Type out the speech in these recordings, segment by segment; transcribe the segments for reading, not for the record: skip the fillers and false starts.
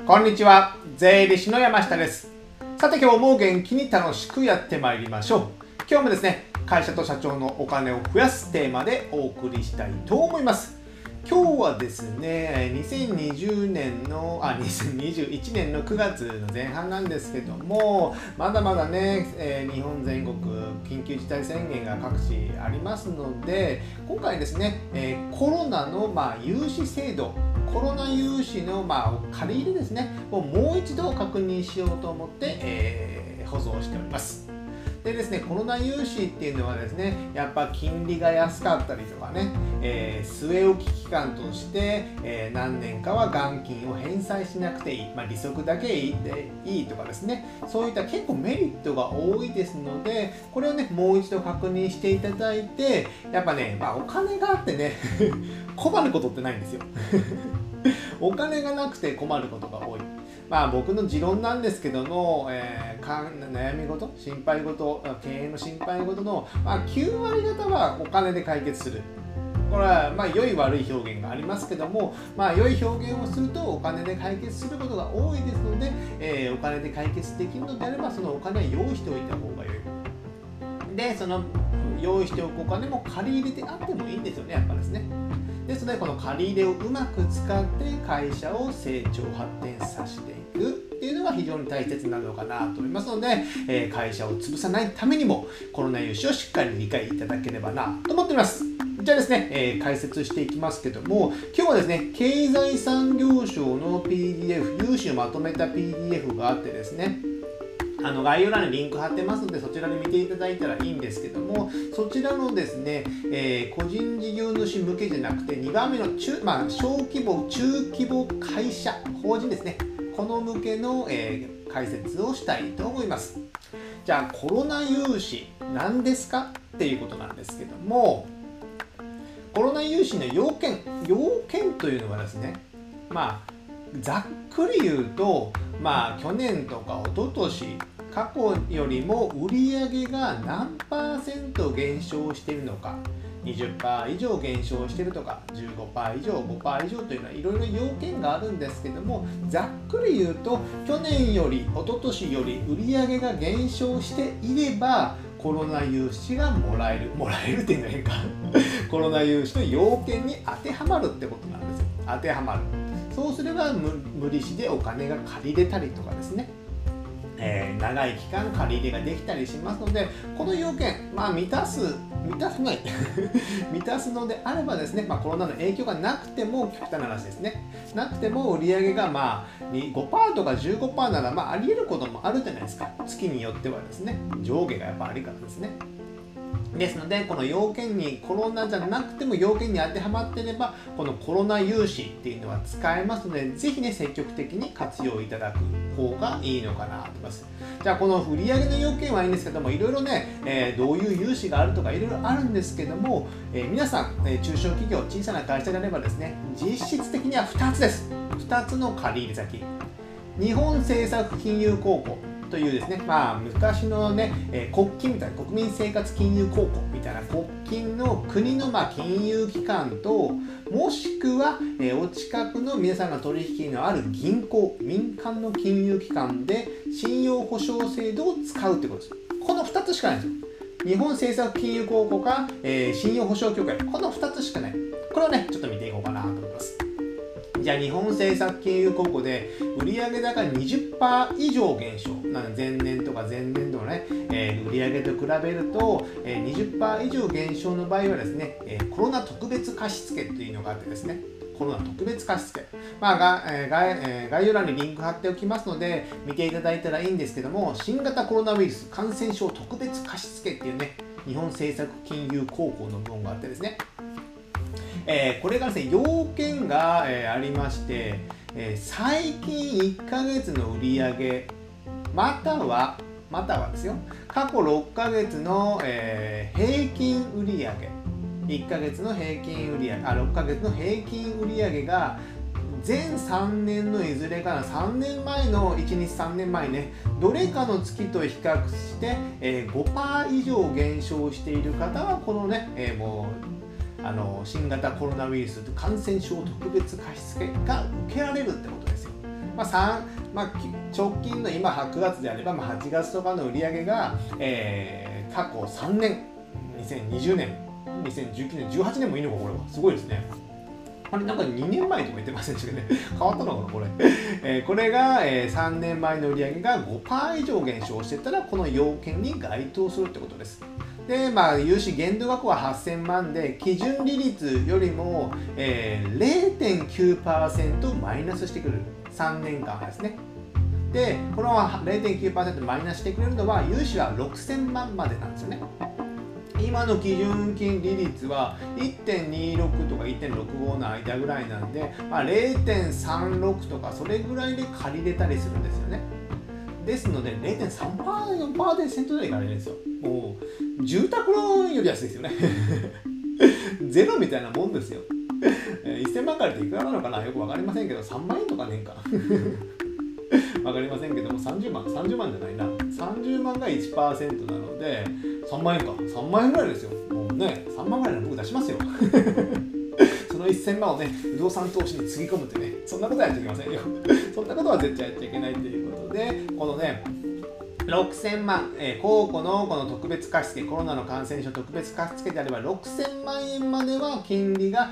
こんにちは、税理士の山下です。さて今日も元気に楽しくやってまいりましょう。今日もですね、会社と社長のお金を増やすテーマでお送りしたいと思います。今日はですね、2021年の9月の前半なんですけども、まだまだね、日本全国緊急事態宣言が各地ありますので、今回ですね、コロナの融資制度、コロナ融資の借り入れですね、をもう一度確認しようと思って、保存しております。でですね、コロナ融資っていうのはですね、やっぱ金利が安かったりとかね、据え置き期間として、何年かは元金を返済しなくていい、利息だけいいとかですね、そういった結構メリットが多いですので、これをね、もう一度確認していただいて、やっぱね、お金があってね、困ることってないんですよ。お金がなくて困ることが多い。僕の持論なんですけども、悩み事、心配事、経営の心配事の、9割方はお金で解決する。これは良い悪い表現がありますけども、良い表現をするとお金で解決することが多いですので、お金で解決できるのであればそのお金は用意しておいた方が良い。で、その用意しておくお金も借り入れてあってもいいんですよね、やっぱですね。ですので、この借り入れをうまく使って会社を成長発展させていくっていうのが非常に大切なのかなと思いますので、会社を潰さないためにもコロナ融資をしっかり理解いただければなと思っております。じゃあですね、解説していきますけども、今日はですね、経済産業省の PDF、融資をまとめた PDF があってですね、概要欄にリンク貼ってますので、そちらで見ていただいたらいいんですけども、そちらのですね、個人事業主向けじゃなくて、2番目の小規模、中規模会社、法人ですね、この向けの、解説をしたいと思います。じゃあ、コロナ融資何ですかっていうことなんですけども、コロナ融資の要件というのはですね、ざっくり言うと、去年とか一昨年過去よりも売上が何%減少しているのか、20% 以上減少しているとか、15% 以上、5% 以上というのはいろいろ要件があるんですけども、ざっくり言うと、去年より一昨年より売上が減少していればコロナ融資がもらえるっていうのは変かコロナ融資の要件に当てはまるってことなんですよ。当てはまる。そうすれば無利子でお金が借りれたりとかですね、長い期間借り入れができたりしますので、この要件、満たすのであればですね、コロナの影響がなくても、極端な話ですね、なくても売上が5% とか 15% ならあり得ることもあるじゃないですか。月によってはですね、上下がやっぱありからですね。ですので、この要件にコロナじゃなくても要件に当てはまっていれば、このコロナ融資っていうのは使えますので、ぜひね、積極的に活用いただく方がいいのかなと思います。じゃあ、この売上の要件はいいんですけども、いろいろね、どういう融資があるとかいろいろあるんですけども、皆さん、中小企業、小さな会社であればですね、実質的には2つです。2つの借入先。日本政策金融公庫というですね、昔のね、国金みたいな、国民生活金融公庫みたいな国金の国の金融機関と、もしくは、お近くの皆さんが取引のある銀行、民間の金融機関で信用保証制度を使うということです。この2つしかないんですよ。日本政策金融公庫か、信用保証協会、この2つしかない。これをね、ちょっと見ていこうかなと思います。じゃあ、日本政策金融公庫で売上高 20% 以上減少、前年とか前年度のね、売上と比べると 20% 以上減少の場合はですね、コロナ特別貸付というのがあってですね、コロナ特別貸付、概要欄にリンク貼っておきますので見ていただいたらいいんですけども、新型コロナウイルス感染症特別貸付っていうね、日本政策金融公庫の部門があってですね、これがですね、要件が、ありまして、最近1ヶ月の売上またはですよ、過去6ヶ月の、平均売上、1ヶ月の平均売上、6ヶ月の平均売上が前3年のいずれかの3年前の1日3年前ね、どれかの月と比較して、5% 以上減少している方はこのね、新型コロナウイルス感染症特別貸付が受けられるってことですよ。 直近の今9月であれば、8月とかの売り上げが、過去3年、2020年、2019年、18年もいいのか、これは。すごいですね。あれ、なんか2年前とか言ってませんでしたけどね。変わったのかな、これ。これが、3年前の売り上げが 5% 以上減少してたら、この要件に該当するってことです。で、融資限度額は8000万で、基準利率よりも、0.9% マイナスしてくれる。3年間ですね。で、この 0.9% マイナスしてくれるのは、融資は6000万までなんですよね。今の基準金利率は 1.26 とか 1.65 の間ぐらいなんで、0.36 とかそれぐらいで借りれたりするんですよね。ですので 0.3%、4% で借りれるんですよ。もう住宅ローンより安いですよね。ゼロみたいなもんですよ。1000万借りていくらなのかな、よく分かりませんけど、3万円とか年間。分かりませんけども、30万じゃないな。30万が 1% なので、3万円か。3万円ぐらいですよ。もうね、3万ぐらいの僕出しますよ。その1000万をね、不動産投資につぎ込むってね、そんなことはやっちゃいけませんよ。そんなことは絶対やっちゃいけないということで、このね、6000万、公庫のこの特別貸付、コロナの感染症特別貸付であれば6000万円までは金利が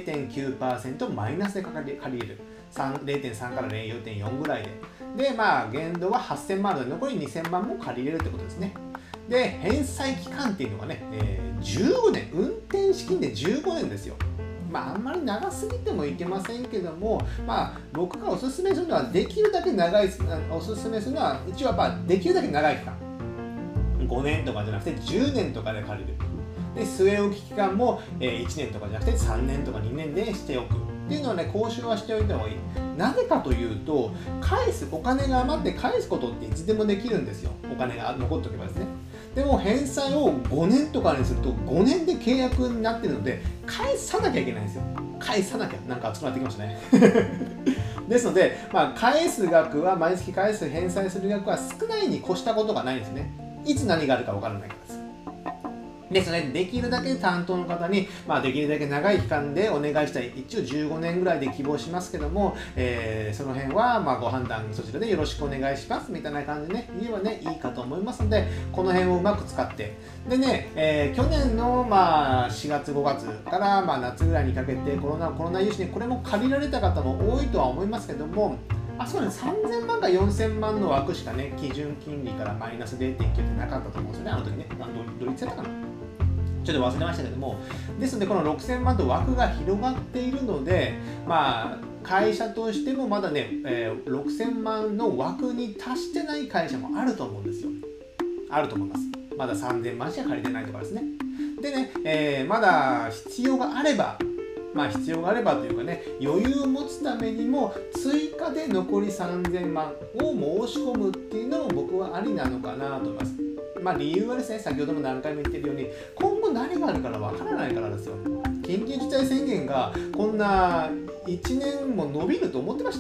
0.9% マイナスで借りれる。0.3 から 0.4 ぐらいで。で、限度は8000万で残り2000万も借りれるってことですね。で、返済期間っていうのがね、15年、運転資金で15年ですよ。あんまり長すぎてもいけませんけども、僕がおすすめするのは、できるだけ長い、おすすめするのは、一応できるだけ長い期間。5年とかじゃなくて10年とかで借りる。で、据え置き期間も1年とかじゃなくて3年とか2年でしておく。っていうのはね、交渉はしておいた方がいい。なぜかというと、お金が余って返すことっていつでもできるんですよ。お金が残っておけばですね。でも返済を5年とかにすると5年で契約になってるので返さなきゃいけないんですよ。返さなきゃ、なんか熱くなってきましたね。ですので、返す額は毎月返済する額は少ないに越したことがないんですね。いつ何があるか分からないからです。ですので、できるだけ担当の方に、できるだけ長い期間でお願いしたい。一応15年ぐらいで希望しますけども、その辺はご判断そちらでよろしくお願いしますみたいな感じでね、言えばね、いいかと思いますので、この辺をうまく使って。でね、去年の4月5月から夏ぐらいにかけてコロナ融資ね、これも借りられた方も多いとは思いますけども、そうね、3000万か4000万の枠しかね、基準金利からマイナス 0.9 ってなかったと思うんですよね、あの時ね。どれ言ってたかな、ちょっと忘れましたけども、ですのでこの6000万と枠が広がっているので、会社としてもまだね、6000万の枠に達してない会社もあると思うんですよ。あると思います。まだ3000万しか借りてないとかですね。でね、まだ必要があればというかね、余裕を持つためにも追加で残り3000万を申し込むっていうのも僕はありなのかなと思います。理由はですね、先ほども何回も言ってるように、今後何があるからわからないからですよ。緊急事態宣言がこんな1年も伸びると思ってました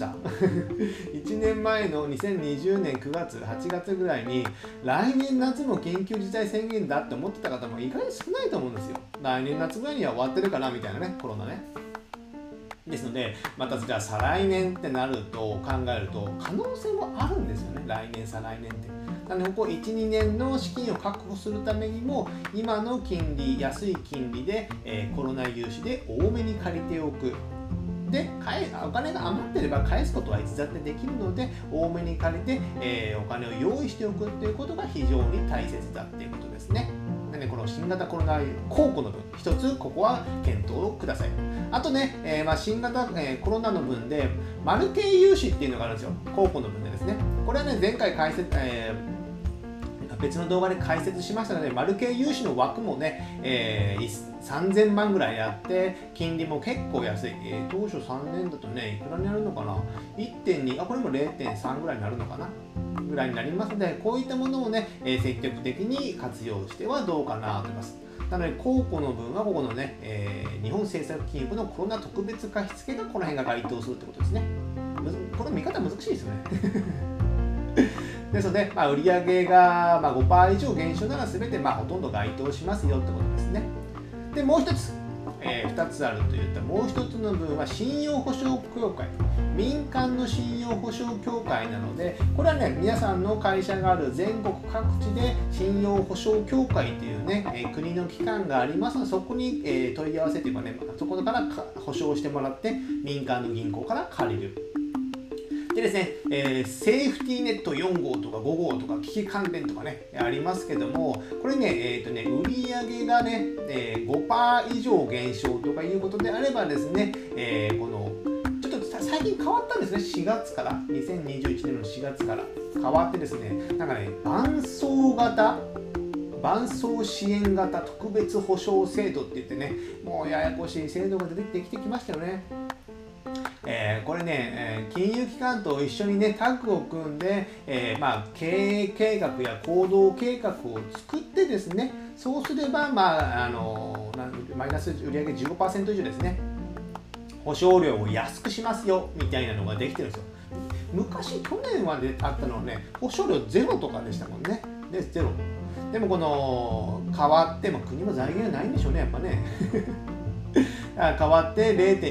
？1年前の2020年9月、8月ぐらいに来年夏も緊急事態宣言だって思ってた方も意外に少ないと思うんですよ。来年夏ぐらいには終わってるかなみたいなね、コロナね。ですので、またじゃあ再来年ってなると考えると可能性もあるんですよね。来年再来年って。なのでここ 1,2 年の資金を確保するためにも今の金利、安い金利で、コロナ融資で多めに借りておく。で、お金が余ってれば返すことはいつだってできるので多めに借りて、お金を用意しておくということが非常に大切だっていうことですね。なのでこの新型コロナ公庫の分一つここは検討をください。あとね、新型、コロナの分でマルケ融資っていうのがあるんですよ。公庫の分でですね。これはね、前回別の動画で解説しましたので、マルケ融資の枠もね、3000万ぐらいあって、金利も結構安い。当初3年だとね、いくらになるのかな ?1.2、これも 0.3 ぐらいになるのかなぐらいになりますので、こういったものをね、積極的に活用してはどうかなと思います。なので、公庫の分はここのね、日本政策金融のコロナ特別貸付がこの辺が該当するってことですね。これ見方難しいですよね。ですので、売上が 5% 以上減少なら全てほとんど該当しますよってことですね。で、もう一つ、 2つあるといったもう1つの部分は信用保証協会、民間の信用保証協会なので、これはね皆さんの会社がある全国各地で信用保証協会というね、国の機関がありますので、そこに、問い合わせというかね、そこから保証してもらって民間の銀行から借りる。でですね、セーフティーネット4号とか5号とか機器関連とかねありますけども、これね、売上がね、5% 以上減少とかいうことであればですね、このちょっと最近変わったんですね。4月から2021年の4月から変わってですね、なんかね伴走支援型特別保証制度って言ってね、もうややこしい制度が出てきてきましたよね。これね、金融機関と一緒にねタッグを組んで、経営計画や行動計画を作ってですね、そうすれば、マイナス売上 15% 以上ですね、保証料を安くしますよみたいなのができてるんですよ。昔去年まであったのはね、保証料ゼロとかでしたもんね。でゼロ。でもこの変わっても国も財源ないんでしょうね、やっぱね。変わって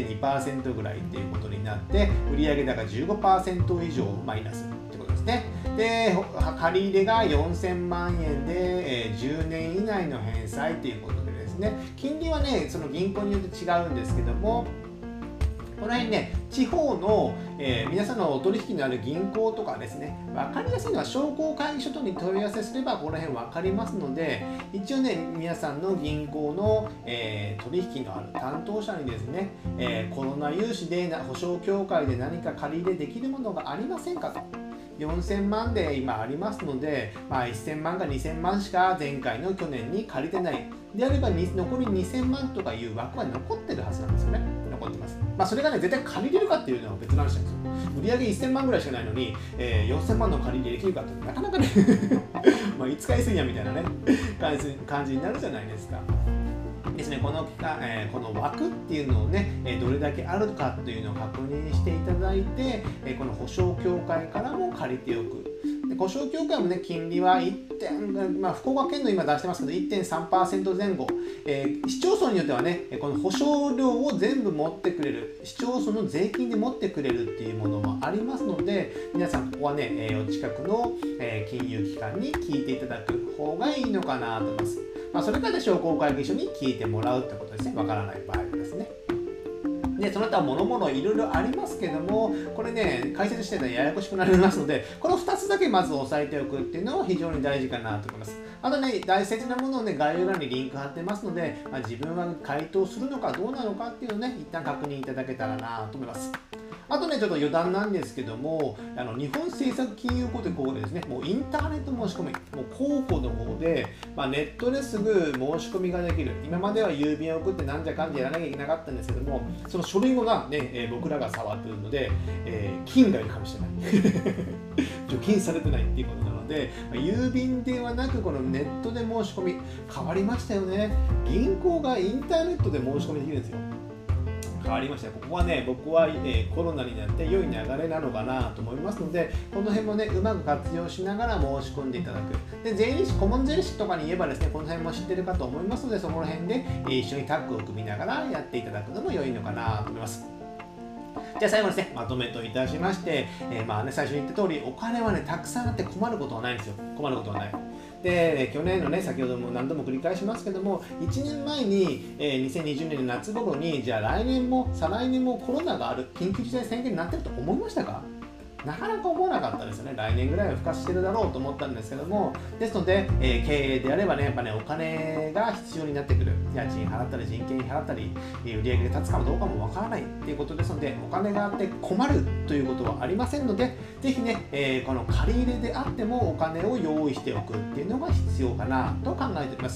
0.2% ぐらいっていうことになって、売上高 15% 以上マイナスってことですね。で、借り入れが4000万円で、10年以内の返済ということでですね、金利はねその銀行によって違うんですけども、この辺ね、地方の、皆さんのお取引のある銀行とかですね、分かりやすいのは商工会議所とに問い合わせすればこの辺分かりますので、一応ね、皆さんの銀行の、取引のある担当者にですね、コロナ融資で保証協会で何か借り入れできるものがありませんかと。4000万で今ありますので、1000万か2000万しか前回の去年に借りてないであれば、残り2000万とかいう枠は残ってるはずなんですよね。残ってます。それがね、絶対借りれるかっていうのは別の話なんですよ。売上1000万ぐらいしかないのに、4000万の借り入れできるかってなかなかねいつ返すんやみたいなね感じになるじゃないですか。ですね、この枠っていうのをね、どれだけあるかっていうのを確認していただいて、この保証協会からも借りておく。で保証協会もね、金利は福岡県の今出してますけど 1.3% 前後、市町村によってはね、この保証料を全部持ってくれる、市町村の税金で持ってくれるっていうものもありますので、皆さんここはね、お近くの、金融機関に聞いていただく方がいいのかなと思います。それから商工会議所に聞いてもらうってことですね。わからない場合はですね。で、その他もろもろいろいろありますけども、これね、解説してたらややこしくなりますので、この2つだけまず押さえておくっていうのは非常に大事かなと思います。あとね、大切なものをね、概要欄にリンク貼ってますので、自分は回答するのかどうなのかっていうのをね、一旦確認いただけたらなと思います。あとね、ちょっと余談なんですけども、日本政策金融公庫でですね、もうインターネット申し込み、もう公庫の方で、ネットですぐ申し込みができる。今までは郵便を送ってなんじゃかんじゃやらなきゃいけなかったんですけども、その書類もね、僕らが触っているので、金がいるかもしれない。除菌されてないっていうことなので、郵便ではなくこのネットで申し込み、変わりましたよね。銀行がインターネットで申し込みできるんですよ。変わりました。ここはね、僕は、コロナになって良い流れなのかなと思いますので、この辺もね、うまく活用しながら申し込んでいただく。で、税理士、顧問税理士とかに言えばですね、この辺も知ってるかと思いますので、そこら辺で、一緒にタッグを組みながらやっていただくのも良いのかなと思います。じゃあ最後ですね、まとめといたしまして、最初に言った通り、お金はね、たくさんあって困ることはないんですよ。困ることはない。で、去年のね、先ほども何度も繰り返しますけども、1年前に、2020年の夏頃に、じゃあ来年も再来年もコロナがある、緊急事態宣言になってると思いましたか？なかなか思わなかったですよね。来年ぐらいは付加してるだろうと思ったんですけども、ですので、経営であればね、やっぱね、お金が必要になってくる。家賃払ったり、人件費払ったり、売上が立つかもどうかもわからないっていうことですので、お金があって困るということはありませんので、ぜひね、この借り入れであってもお金を用意しておくっていうのが必要かなと考えております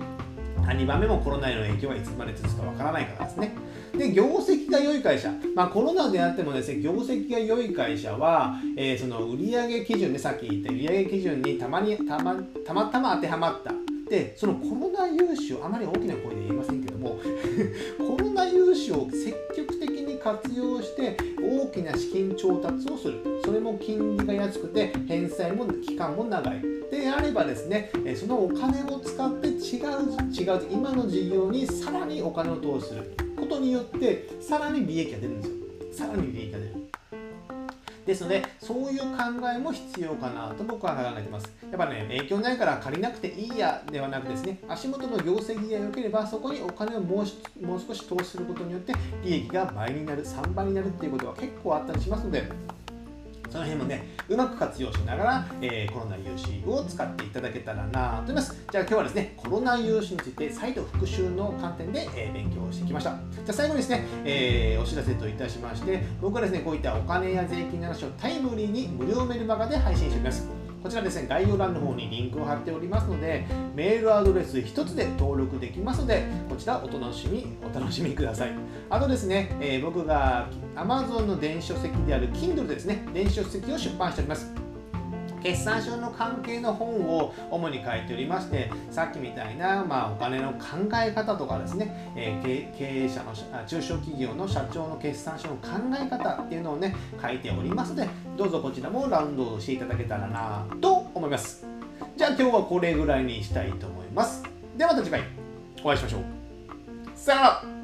。2番目もコロナへの影響はいつまで続くかわからないからですね。で、業績が良い会社、コロナであってもですね、業績が良い会社は、その売上基準で、さっき言った売上基準にたまたま当てはまった。で、そのコロナ融資をあまり大きな声で言えませんけどもコロナ融資を積極的に活用して大きな資金調達をする。それも金利が安くて返済も期間も長いであればですね、そのお金を使って違う今の事業にさらにお金を投資することによってさらに利益が出るんですよ。さらに利益が出る。ですので、そういう考えも必要かなと僕は考えています。やっぱね、影響ないから借りなくていいやではなくですね、足元の業績が良ければ、そこにお金をもう少し投資することによって、利益が倍になる、3倍になるっていうことは結構あったりしますので、その辺もね、うまく活用しながら、コロナ融資を使っていただけたらなと思います。じゃあ今日はですね、コロナ融資について再度復習の観点で、勉強してきました。じゃあ最後にですね、お知らせといたしまして、僕はですね、こういったお金や税金の話をタイムリーに無料メルマガで配信しております。こちらですね、概要欄の方にリンクを貼っておりますので、メールアドレス1つで登録できますので、こちらお楽しみください。あとですね、僕が Amazon の電子書籍である Kindle でですね、電子書籍を出版しております。決算書の関係の本を主に書いておりまして、さっきみたいな、お金の考え方とかですね、経営者の中小企業の社長の決算書の考え方っていうのをね、書いておりますので、どうぞこちらもダウンロードしていただけたらなと思います。じゃあ今日はこれぐらいにしたいと思います。ではまた次回お会いしましょう。さよなら。